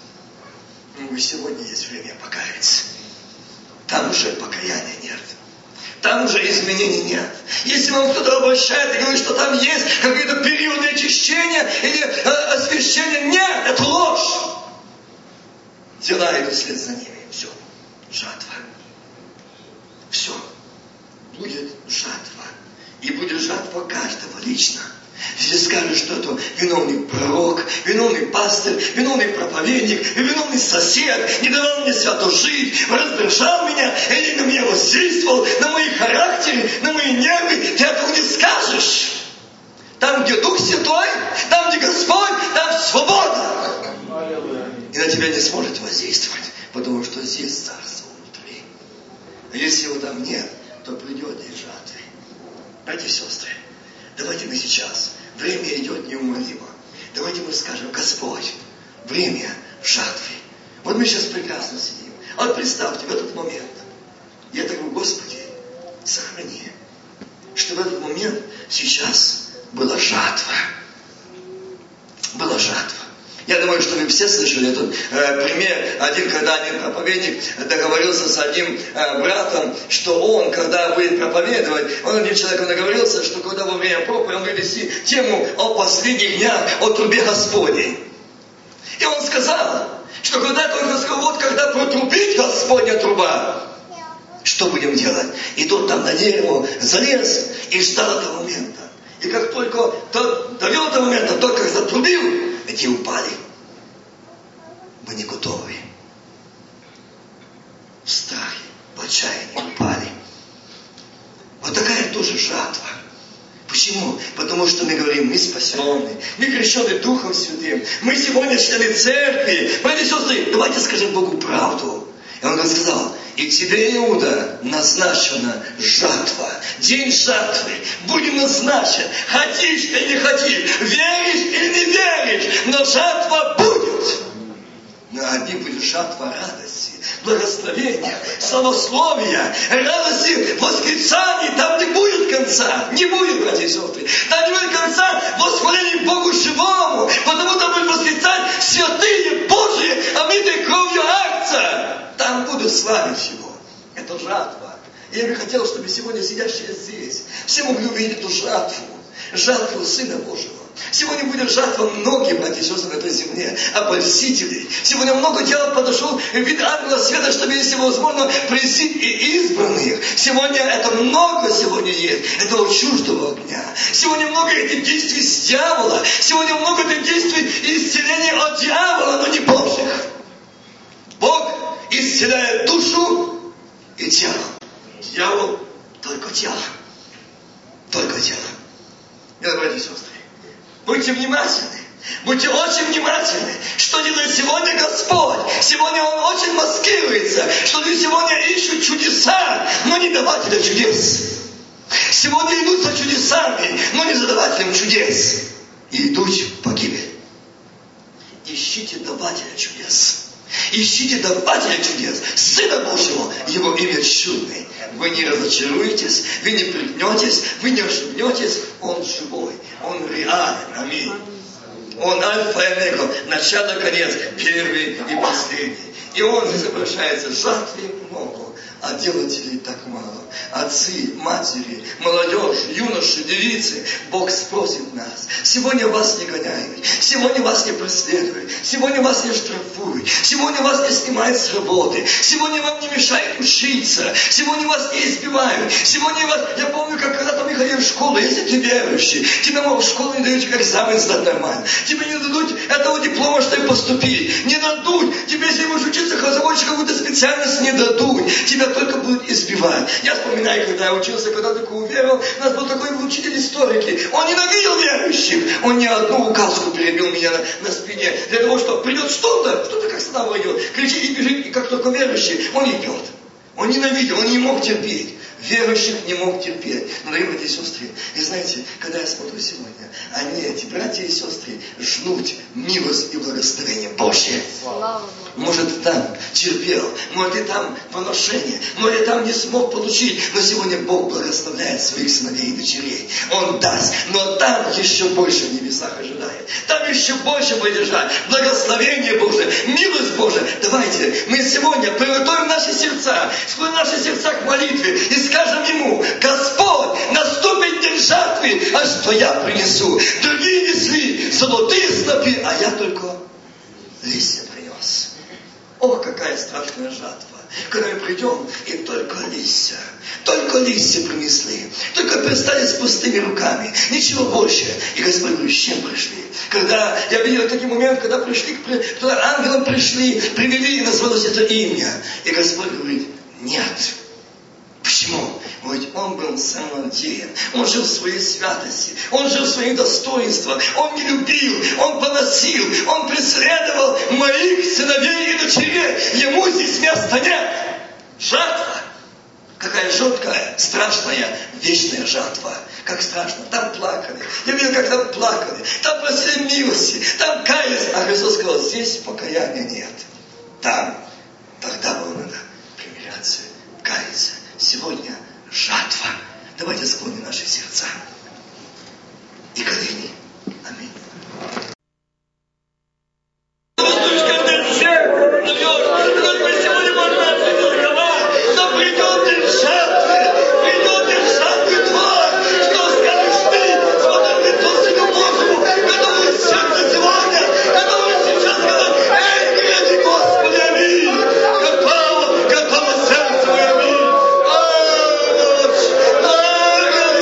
Но сегодня есть время покаяться. Там уже покаяния нет. Там уже изменений нет. Если вам кто-то обращает и говорит, что там есть какие-то периоды очищения или э, освящения, нет, это ложь. Дела идут вслед за ними. Все. Жатва. Все. Будет жатва. И будет жатва каждого лично. Если скажешь, что это виновный пророк, виновный пастырь, виновный проповедник, виновный сосед, не давал мне свято жить, раздражал меня, или на меня воздействовал, на мои характеры, на мои нервы, ты этого не скажешь. Там, где Дух Святой, там, где Господь, там свобода. И на тебя не сможет воздействовать, потому что здесь царство внутри. А если его там нет, то придет день жатвы. Братья и сестры, давайте мы сейчас, время идет неумолимо. Давайте мы скажем, Господь, время жатвы. Вот мы сейчас прекрасно сидим. А вот представьте, в этот момент, я так говорю, Господи, сохрани, что в этот момент сейчас была жатва. Была жатва. Я думаю, что вы все слышали этот э, пример. Один, когда один проповедник договорился с одним э, братом, что он, когда будет проповедовать, он один человек договорился, что когда во время проповеди он будет вести тему о последних днях, о трубе Господней. И он сказал, что когда только сказал, вот когда протрубит Господня труба, что будем делать? И тот там на дерево залез и ждал этого момента. И как только тот довел этого момента, тот как затрубил, эти упали. Мы не готовы. В страхе, в отчаянии упали. Вот такая тоже жатва. Почему? Потому что мы говорим, мы спасенные, мы крещены Духом Святым, мы сегодня члены церкви. Братья и сестры, давайте скажем Богу правду. И он сказал, и тебе, Иуда, назначена жатва. День жатвы будет назначен. Хотишь или не хотишь, веришь или не веришь, но жатва будет. Но одни будет жатва радости, благословения, славословия, радости, восклицаний. Там не будет конца. Не будет, братья и сестры. Там не будет конца восхваления Богу живому. Потому что будет восклицать святые Божьи, омытые кровью Агнца. Там будут славить Его. Это жатва. И я бы хотел, чтобы сегодня сидящие здесь все могли увидеть эту жатву. Жатву Сына Божьего. Сегодня будет жатва многих, братья и сестры, на этой земле, обольстителей. Сегодня много дел подошел вид ангела света, чтобы, если возможно, прийти и избранных. Сегодня это много сегодня есть, этого чуждого огня. Сегодня много этих действий с дьявола. Сегодня много этих действий и исцеления от дьявола, но не Божьих. Бог исцеляет душу и тело. Дьявол только тело. Только тело. Нет, братья и сестры, будьте внимательны. Будьте очень внимательны. Что делает сегодня Господь? Сегодня Он очень маскируется. Что люди сегодня ищут чудеса, но не давателя чудес. Сегодня идут за чудесами, но не за давателем чудес. И идут в погибель. Ищите давателя чудес. Ищите давателя чудес, Сына Божьего, Его имя чудный. Вы не разочаруетесь, вы не пригнетесь, вы не ошибетесь. Он живой, Он реален. Аминь. Он альфа и омега, начало, конец, первый и последний. И Он изображается жатвой много, а делателей так мало. Отцы, матери, молодежь, юноши, девицы, Бог спросит нас. Сегодня вас не гоняют, сегодня вас не преследуют, сегодня вас не штрафуют, сегодня вас не снимают с работы, сегодня вам не мешают учиться, сегодня вас не избивают, сегодня вас... Я помню, как когда-то мы ходили в школу, если ты верующий, тебе в школу не дают экзамен сдать нормально, тебе не дадут этого диплома, чтобы поступить, не дадут, тебе, если будешь учиться, заводчик какую-то специальность не дадут, тебя только будут избивать. Я вспоминаю, когда я учился, когда только уверовал, у нас был такой учитель историки. Он ненавидел верующих. Он ни одну указку перебил меня на, на спине. Для того, что придет что-то, что-то как сюда войдет, кричит и бежит, и как только верующий, он идет. Он ненавидел, он не мог терпеть. Верующих не мог терпеть. Но, дорогие братья и сестры, и знаете, когда я смотрю сегодня, они, эти братья и сестры, жнут милость и благословение Божье. Может, там терпел, может, и там поношение, может, и там не смог получить, но сегодня Бог благословляет своих сыновей и дочерей. Он даст, но там еще больше в небесах ожидает. Там еще больше будет держать. Благословение Божие, милость Божия. Давайте мы сегодня приготовим наши сердца, склоним наши сердца к молитве и скажем Ему: Господь, наступит день жатвы, а что я принесу? Другие несли золотые снопы, а я только листья принес. Ох, какая страшная жатва, когда мы придем, и только листья, только листья принесли, только пристали с пустыми руками, ничего больше. И Господь говорит: с чем пришли? Когда я видел такой момент, когда пришли, когда ангелам пришли, привели, и назвалось это имя. И Господь говорит: нет. Почему? Ведь он был самонадеян. Он жил в своей святости. Он жил в своих достоинствах. Он не любил. Он поносил. Он преследовал моих сыновей и дочерей. Ему здесь места нет. Жатва. Какая жуткая, страшная, вечная жатва. Как страшно. Там плакали. Я видел, как там плакали. Там просили милости. Там каялись. А Христос сказал: здесь покаяния нет. Там. Тогда было надо примиряться, каяться. Сегодня жатва. Давайте склоним наши сердца и колени. Аминь. Готово сердце мое.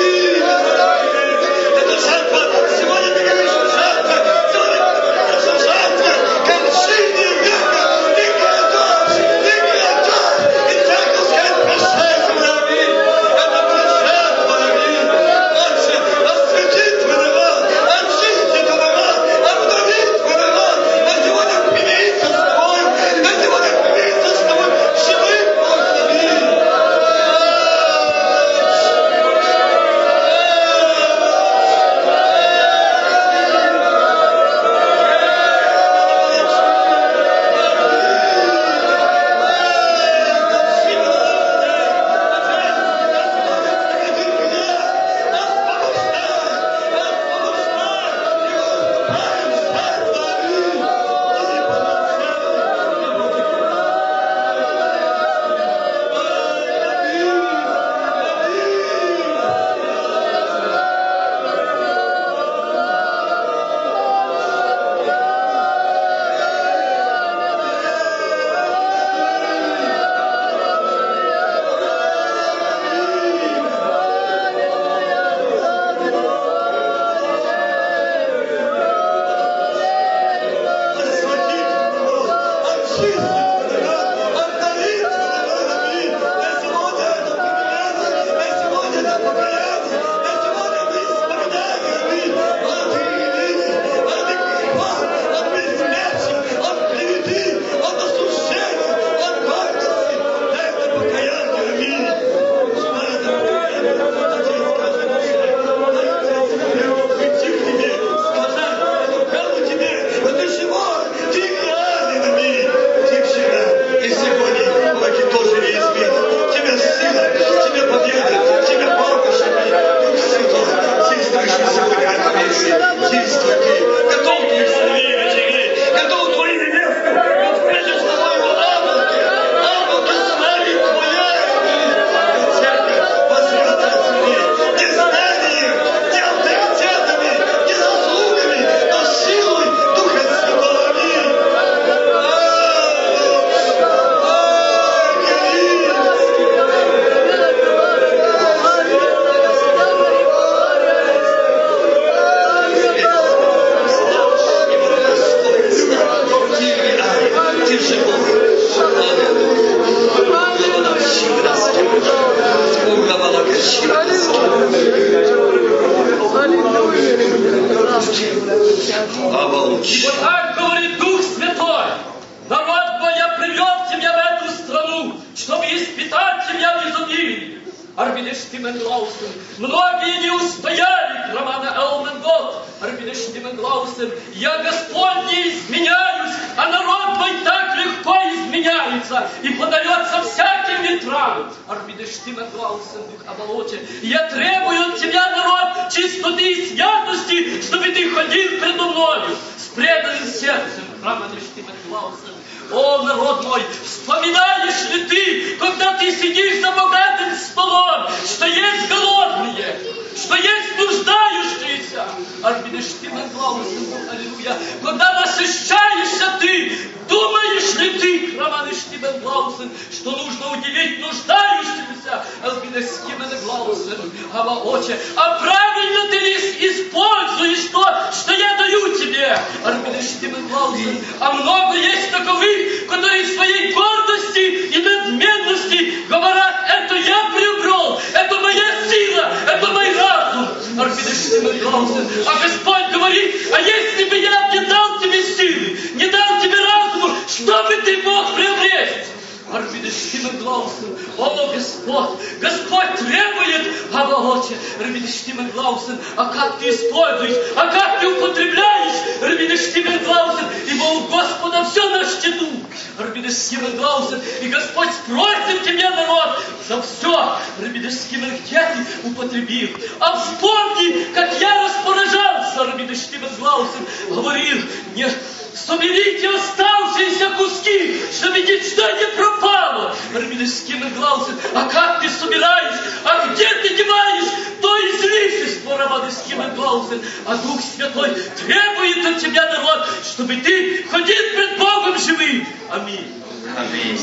Отче. Вот так говорит Дух Святой. Народ мой, я привел тебя в эту страну, чтобы испытать тебя в изумлении. Арбидештименглаусен. Многие не устояли, Романа Элменгот. Арбидештименглаусен. Я, Господь, не изменяюсь, а народ мой так легко изменяется и подается всяким ветрам. Арбидештименглаусен, Дух Оболочи. Я требую от тебя, народ, чистоты и святости, чтобы ты ходил предо мною с преданным сердцем. Арбидештименглаусен. О, народ мой, вспоминаешь ли ты, когда ты сидишь за богатым столом, что есть голодные, что есть нуждающиеся? Аллилуйя. Когда насыщаешься ты, думаешь ли ты, что нужно удивить нуждающимся? А правильно ты ли используешь то, что я даю тебе? А много есть таковых, которые в своей гордости и надменности говорят: это я приобрел, это моя сила, это мой разум. А Господь говорит: а если бы я не дал тебе силы, не дал тебе разуму, что бы ты мог приобрести? О, Господь, Господь требует, а как ты используешь, а как ты употребляешь, ибо у Господа все на счету. И Господь спросит тебя, народ, за все, где ты употребил. А вспомни, как я распоряжался, говорил: не соберите оставшиеся куски, чтобы ничто не пропало. А как ты собираешь, а где ты деваешь то излишество, а Дух Святой требует от тебя, народ, чтобы ты ходил пред Богом живым. Аминь. Аминь.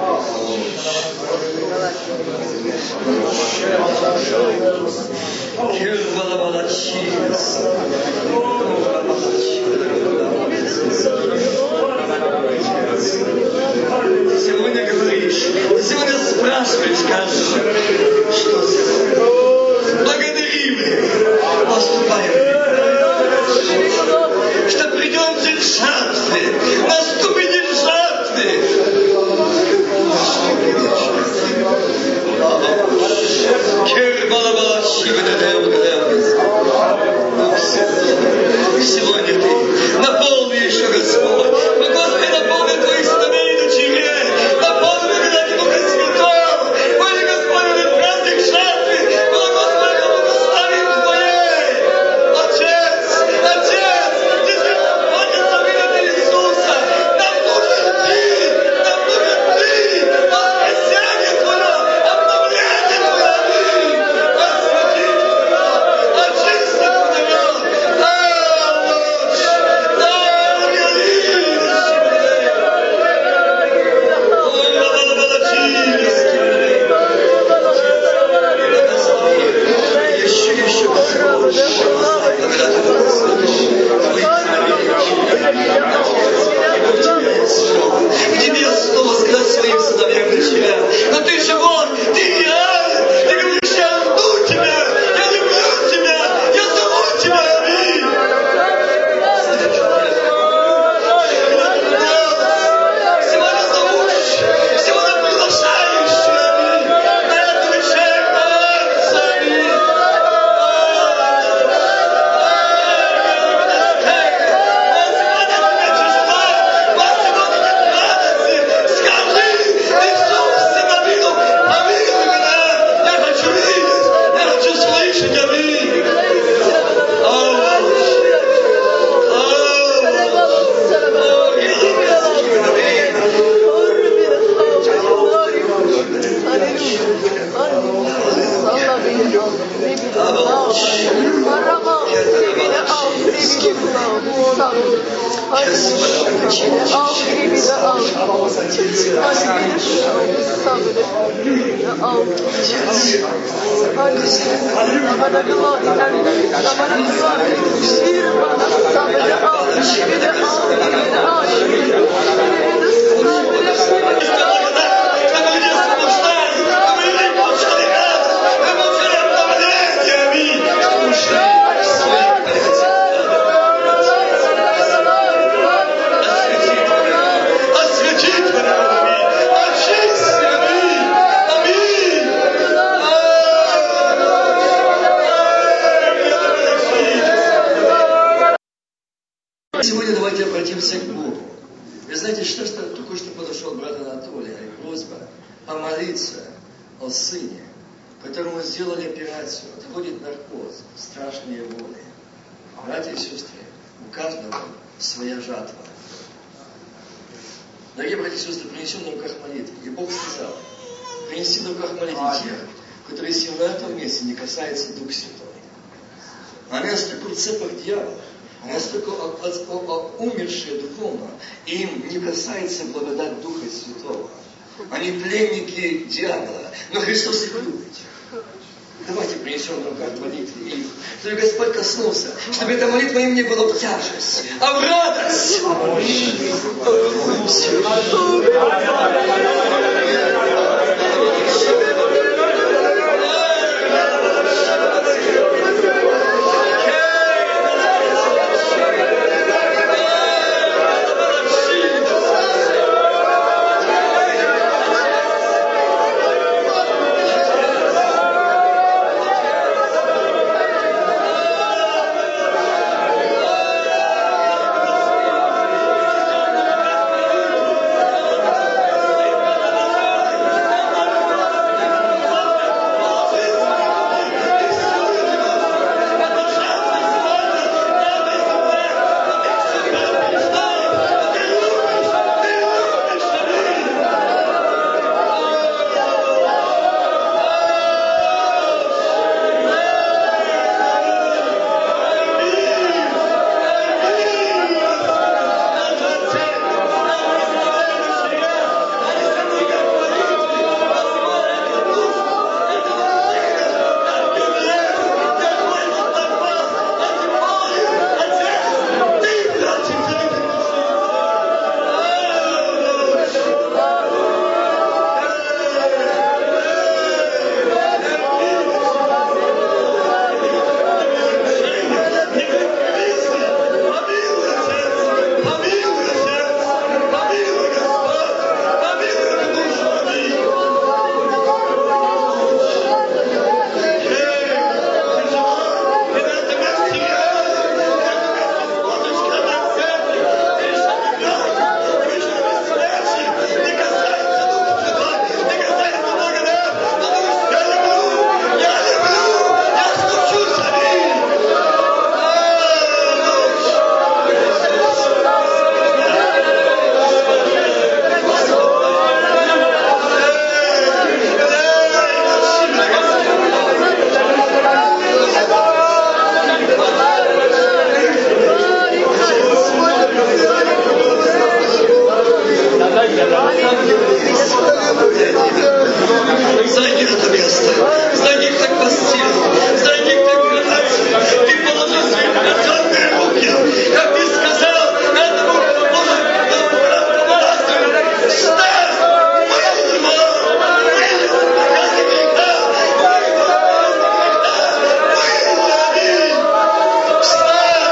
Сегодня говоришь, сегодня спрашиваешь, скажешь, что сегодня? Благодарим, поступаем, что придем в жатве, наступит в жатве. Сегодня ты наполни еще, Господь. Господи, наполни твоих сыновей и дочерей. Наполни меня Духа Святого. Мои Господи, на праздник жатвы. Господи, благословим Твоей. Отец, Отец, Ты находится в имени Иисуса. Нам нужен Ты, нам нужен Ты. Воскресенье Твое, обновление Твое. Господи, очисти Твое. Тебе снова сказать своим сыновьям и дочерям: но ты же вот, ты реален, ты говоришь: я жду тебя, я люблю тебя, я зову тебя, аминь. Сегодня зовущий, сегодня приглашающий, аминь. На эту вечерю, аминь. о сыне, которому сделали операцию, отходит наркоз, страшные боли. Братья и сестры, у каждого своя жатва. Дорогие братья и сестры, принесем на руках молитвы. И Бог сказал, принеси на руках молитвы тех, которые сидят на этом месте, не касается Дух Святой. Они настолько в цепах дьявола, они настолько умершие духовно, и им не касается благодать Духа Святого. Они пленники дьявола, но Христос их любит. Давайте принесем на руках молитвы их, чтобы Господь коснулся, чтобы эта молитва им не была в тяжесть, а в радость. Зайди на это место, зайди к так постель, зайди к так кровать, и положи свои обнаженные руки, как ты сказал, этому властью, встань, выйди его, выйди из показа греха, выйди из показа греха, встань,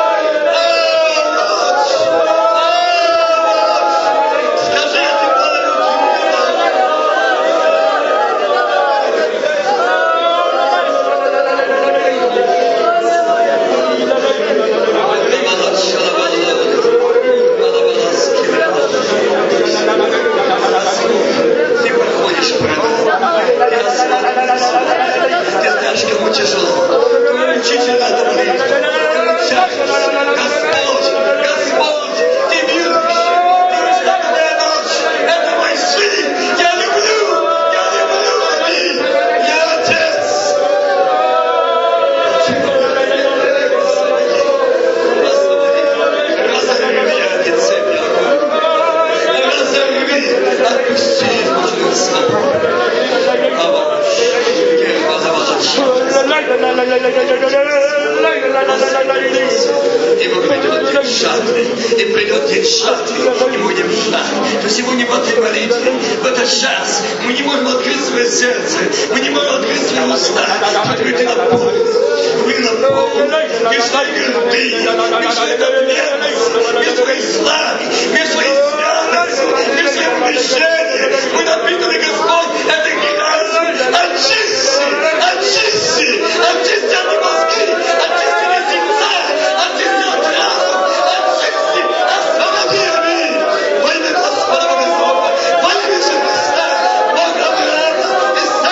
скажи, ты Ты проходишь Ты знаешь, кому тяжело, кому мучительно это молитва, кому тяжесть. Господь, Господь, ты верующий, ты каждая ночь, это мой сын, я люблю, я люблю, аминь, я Отец. Разорви меня, Отец, разорви, отпусти, Божий Сын. Ибо придет день жатвы, и придет день жатвы, и будем ждать. То сегодня в этой молитве, в этот час, мы не можем открыть свое сердце, мы не можем открыть свои уста, чтобы ты наполнен, вы наполнены, без своей груди, без своей верности, без своей славы, без своей святости, без своих убеждений. Мы напитаны, Господь, этой грязью. Очисти, очисти, очисти от мозги, очисти от сердца, очисти от разума, очисти, освободи, аминь. Во имя Господа Бога, во имя Христа, Бога Авраама,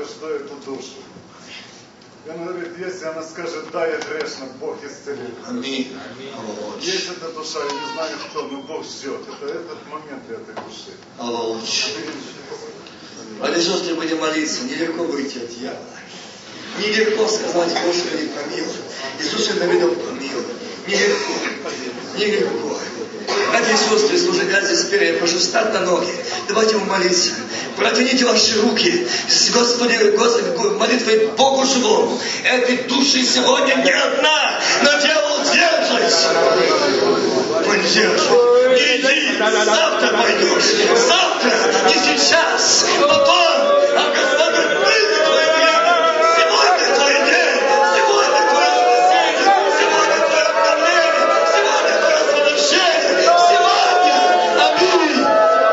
каждую эту душу. И он говорит, если она скажет, да, я грешна, Бог исцелит. Аминь. Есть эта душа, я не знаю кто, но Бог ждет. Это этот момент для этой души. Братья и сестры, будем молиться. Нелегко выйти от дьявола. Нелегко сказать, Господи, помилуй. Иисусе Давидов помилуй. Нелегко. Нелегко. Братья и сестры, служителя здесь спереди, я прошу встать на ноги. Давайте молиться. Протяните ваши руки. Господи, Господи, молитвой Богу живому. Этой души сегодня не одна, но дьявол держит. Он держит. Не иди, завтра пойдешь. Завтра, не сейчас. Потом, а Господь выйдет твое время. Сегодня твой день. Сегодня твое спасение. Сегодня твое обновление. Сегодня твое освобождение. Сегодня. Аминь.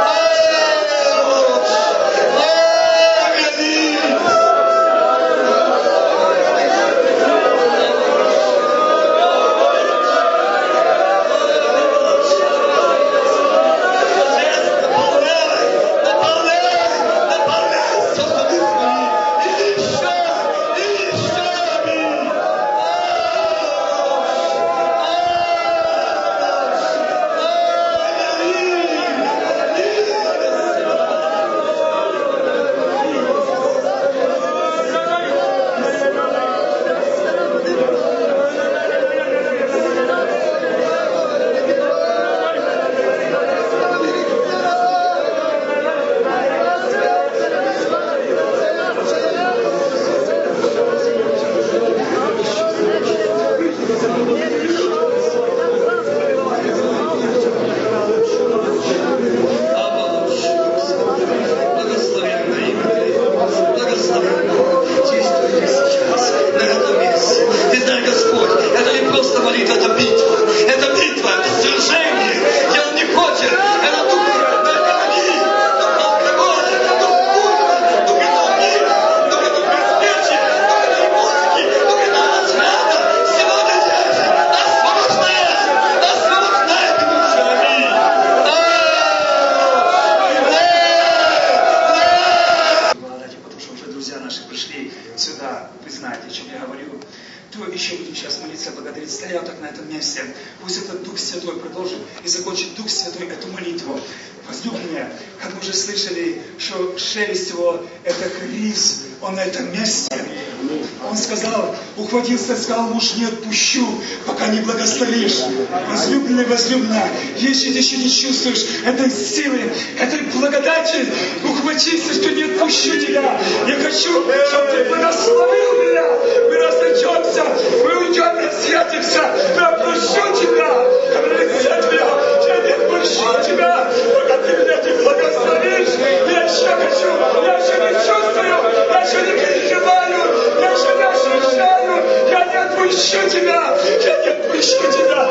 Сказал, муж, не отпущу, пока не благословишь. Возлюбленный, возлюбленная, если ты еще не чувствуешь этой силы, этой благодати, ухватиться, что не отпущу тебя. Я хочу, чтобы ты благословил меня. Мы разойдемся, мы уйдем, разъедемся. Я прошу тебя, лице твое, я не отпущу тебя, пока ты меня не благословишь. Я еще хочу, я еще не чувствую, я еще не переживаю, я еще не ощущаю. Я не отпущу тебя! Я не отпущу тебя!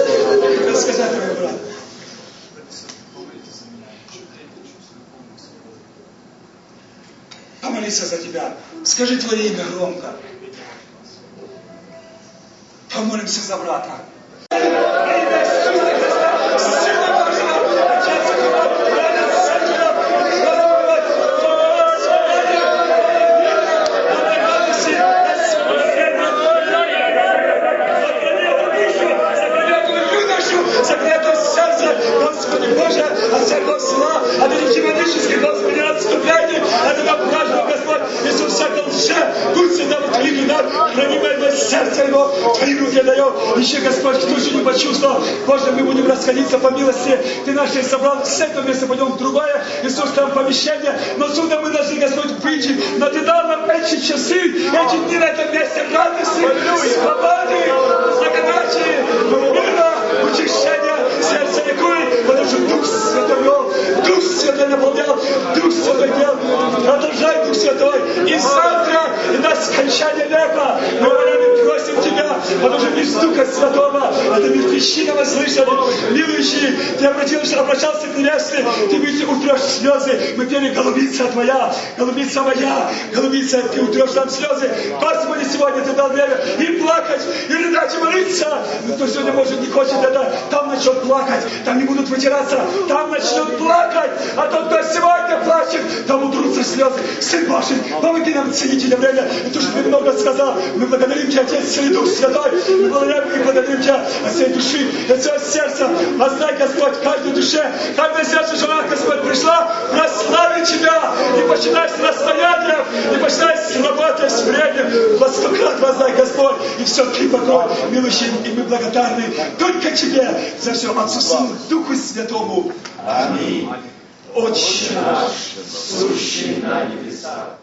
Как сказать, мой брат? Помолиться за тебя. Скажи твое имя громко. Помолимся за брата. Еще, Господь, кто еще не почувствовал, Боже, мы будем расходиться по милости. Ты нас здесь собрал, с этого места пойдем в другое. Иисус, там помещение. Но отсюда мы должны, Господь, выйти. Но Ты дал нам эти часы, эти дни на этом месте радости, свободы, благодати, мира, утешения, сердце ликует, потому что Дух Святой вел, Дух Святой наполнял, Дух Святой делал. Продолжай, Дух Святой. И завтра, и до скончания века, мы просим Тебя, потому что из Духа Святого. Это мертвечина вослышали. Милующий, ты обратился, обращался к невесте, ты ведь утрешь слезы. Мы пели «Голубица твоя, голубица моя, голубица, ты утрешь нам слезы». Господи, сегодня ты дал время и плакать, и рыдать, и молиться. Но кто сегодня может, не хочет это, там начнет плакать, там не будут вытираться, там начнут плакать. А тот, кто сегодня плачет, там утрутся слезы. Сын Божий, помоги нам ценить это время. И то, что ты много сказал, мы благодарим Тебя, Отец, Сын и Дух Святой. Мы благодарим и благодарим Тебя от всей души, от всего сердца. Воздай, Господь, каждой душе, каждое сердце жена, Господь, пришла прославить Тебя. Не починай с расстоянием, не починай с работой, с временем. Во сто крат воздай, Господь, и все Ты покой, милующий, и мы благодарны только Тебе за все, Отцу, Сыну, Духу Святому. Аминь. Отче наш, сущий на небесах,